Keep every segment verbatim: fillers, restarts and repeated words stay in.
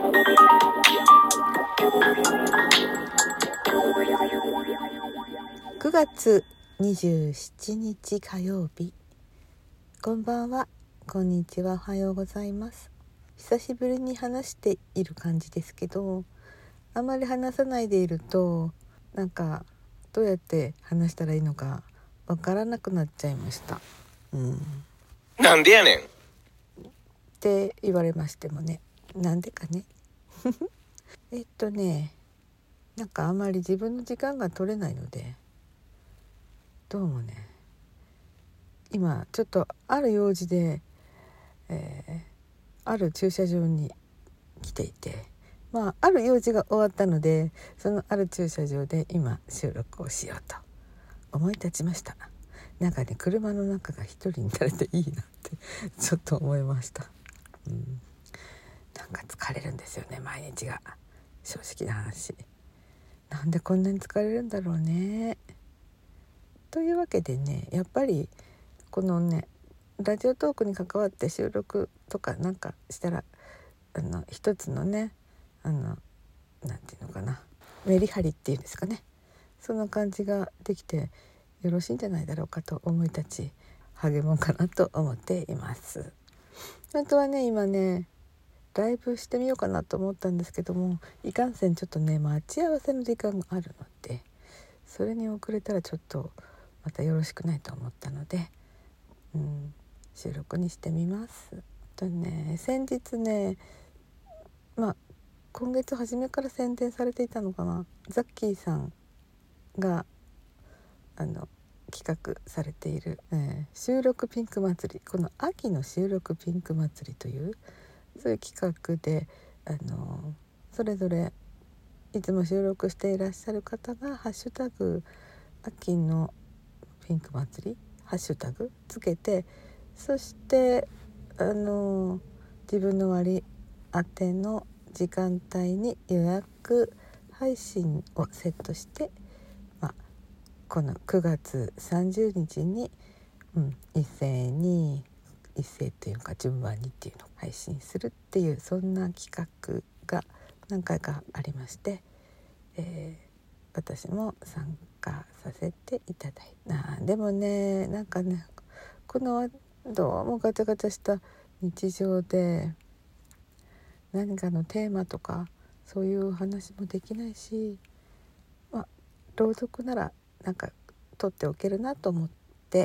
くがつにじゅうしちにち火曜日、こんばんは、こんにちは、おはようございます。久しぶりに話している感じですけど、あまり話さないでいるとなんかどうやって話したらいいのかわからなくなっちゃいました、うん、 なんでやねんって言われましてもね、なんでかねえっとねなんかあまり自分の時間が取れないので、どうもね今ちょっとある用事で、えー、ある駐車場に来ていて、まあある用事が終わったので、そのある駐車場で今収録をしようと思い立ちました。なんかね、車の中が一人になれていいなってちょっと思いました、うん、なんか疲れるんですよね、毎日が。正直な話、なんでこんなに疲れるんだろうね。というわけでね、やっぱりこのねラジオトークに関わって収録とかなんかしたら、あの一つのね、あのなんていうのかな、メリハリっていうんですかね、そんな感じができてよろしいんじゃないだろうかと思い立ち、励もうかなと思っています。本当はね今ねライブしてみようかなと思ったんですけども、いかんせんちょっとね待ち合わせの時間があるので、それに遅れたらちょっとまたよろしくないと思ったので、うん、収録にしてみます。とね、先日ね、まあ今月初めから宣伝されていたのかな、ザッキーさんがあの企画されている、えー、収録ピンク祭り、この秋の収録ピンク祭りというそういう企画で、あのそれぞれいつも収録していらっしゃる方がハッシュタグ秋のピンク祭りハッシュタグつけて、そしてあの自分の割り当ての時間帯に予約配信をセットして、まあ、このくがつさんじゅうにちに、うん、一斉に一斉というか順番にっていうのを配信するっていう、そんな企画が何回かありまして、えー、私も参加させていただいた。でもね、なんかねこのどうもガチャガチャした日常で何かのテーマとかそういう話もできないし、まあ朗読ならなんか取っておけるなと思って、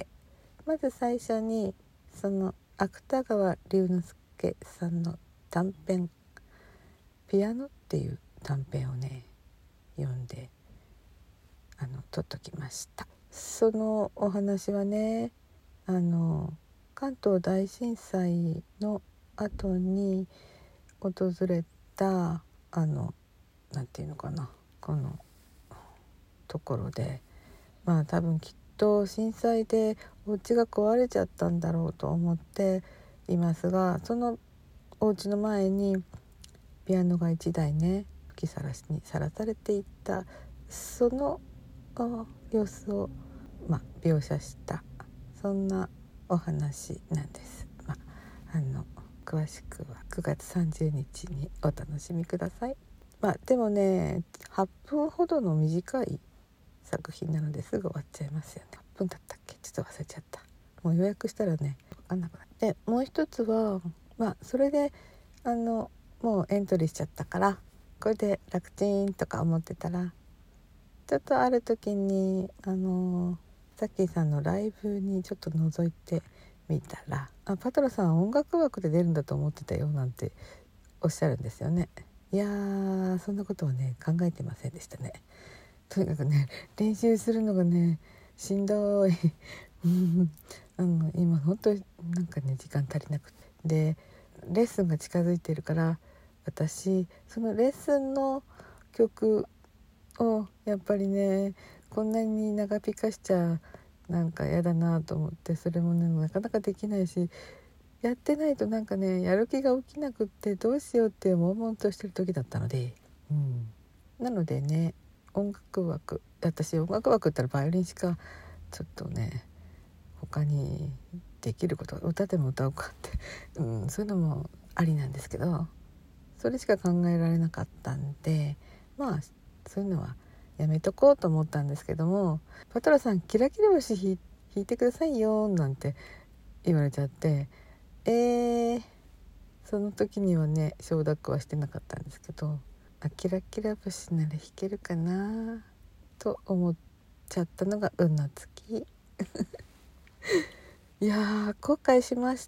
まず最初にその芥川龍之介さんの短編ピアノっていう短編をね読んであの取っときました。そのお話はね、あの関東大震災の後に訪れたあのなんていうのかな、このところで、まあ多分きっと震災でお家が壊れちゃったんだろうと思っていますが、そのお家の前にピアノがいちだいね吹きさらしにさらされていた、その様子を、まあ、描写したそんなお話なんです。まあ、あの詳しくはくがつさんじゅうにちにお楽しみください。まあ、でもねはっぷんほどの短い作品なのですぐ終わっちゃいますよね。はっぷんだったっけ、ちょっと忘れちゃった。もう予約したらね分かんなくなって、もう一つはまあそれであのもうエントリーしちゃったからこれで楽ちんとか思ってたら、ちょっとある時にあのザッキーさんのライブにちょっと覗いてみたら、あパトラさん音楽枠で出るんだと思ってたよなんておっしゃるんですよね。いやーそんなことはね考えてませんでしたね。とにかくね練習するのがねしんどいあの今本当になんかね時間足りなくて、でレッスンが近づいてるから私そのレッスンの曲をやっぱりねこんなに長引かしちゃなんかやだなと思って、それもねなかなかできないし、やってないとなんかねやる気が起きなくってどうしようって悶々としてる時だったので、うん、なのでね音楽枠、私音楽枠って言ったらバイオリンしかちょっとね他にできること、歌でも歌おうかって、うん、そういうのもありなんですけど、 それしか考えられなかったんで、まあそういうのはやめとこうと思ったんですけども、パトラさんキラキラ星弾いてくださいよなんて言われちゃって、えー、その時にはね承諾はしてなかったんですけど、あキラキラ星なら弾けるかなと思っちゃったのが運の月いやー後悔しました。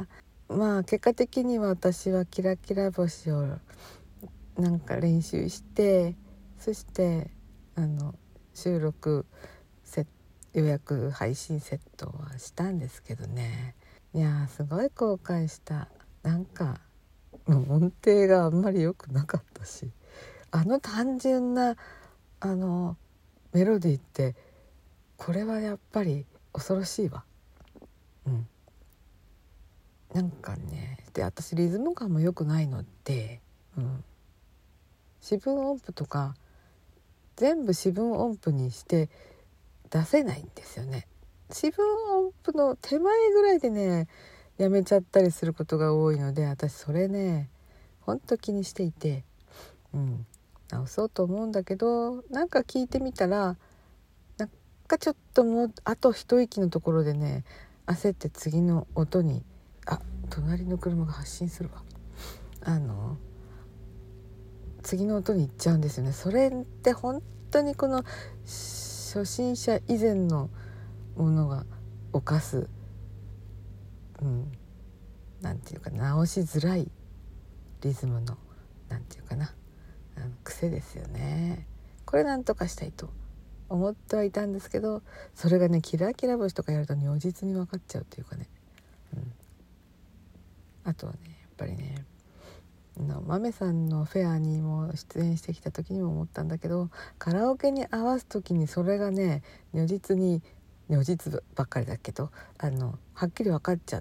まあ結果的には私はキラキラ星をなんか練習して、そしてあの収録セ予約配信セットはしたんですけどね、いやーすごい後悔した。なんかもう音程があんまり良くなかったし、あの単純なあのメロディーってこれはやっぱり恐ろしいわ。うんなんかね、で私リズム感も良くないので、うん、四分音符とか全部四分音符にして出せないんですよね。四分音符の手前ぐらいでねやめちゃったりすることが多いので、私それねほんと気にしていて、うん、直そうと思うんだけど、なんか聞いてみたらなんかちょっともうあと一息のところでね焦って次の音に、あ隣の車が発進するわ、あの次の音に行っちゃうんですよね。それって本当にこの初心者以前のものが犯す、うん、なんていうか直しづらいリズムのなんていうかなあの癖ですよね。これなんとかしたいと思ってはいたんですけど、それがねキラキラ星とかやると如実に分かっちゃうっていうかね、うん、あとはねやっぱりねのマメさんのフェアにも出演してきた時にも思ったんだけど、カラオケに合わす時にそれがね如実に如実ばっかりだけどあのはっきり分かっちゃって、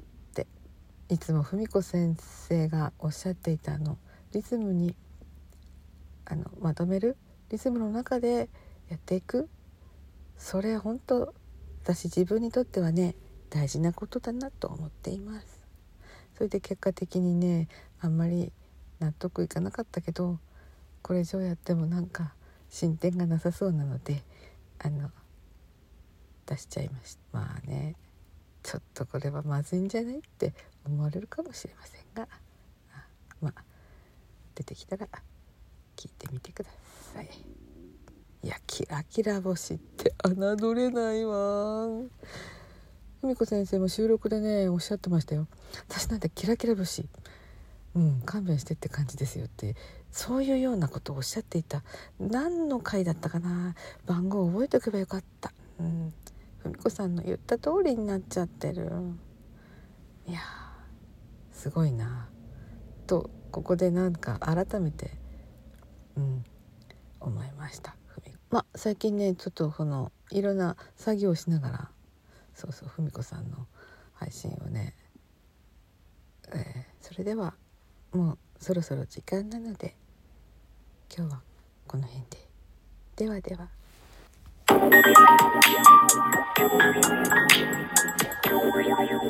いつも文子先生がおっしゃっていたあのリズムにあのまとめるリズムの中でやっていく、それ本当私自分にとってはね大事なことだなと思っています。それで結果的にねあんまり納得いかなかったけど、これ以上やってもなんか進展がなさそうなのであの出しちゃいました。まあねちょっとこれはまずいんじゃないって思われるかもしれませんが、まあ出てきたら聞いてみてください。いやキラキラ星って侮れないわ。文子先生も収録でねおっしゃってましたよ。私なんてキラキラ星、うん、勘弁してって感じですよって、そういうようなことをおっしゃっていた。何の回だったかな、番号覚えておけばよかった。うん、文子さんの言った通りになっちゃってる。いやすごいなとここでなんか改めて、うん、思いました。まあ最近ねちょっとこのいろんな作業をしながら、そうそう文子さんの配信をね、えー、それではもうそろそろ時間なので今日はこの辺で、ではでは。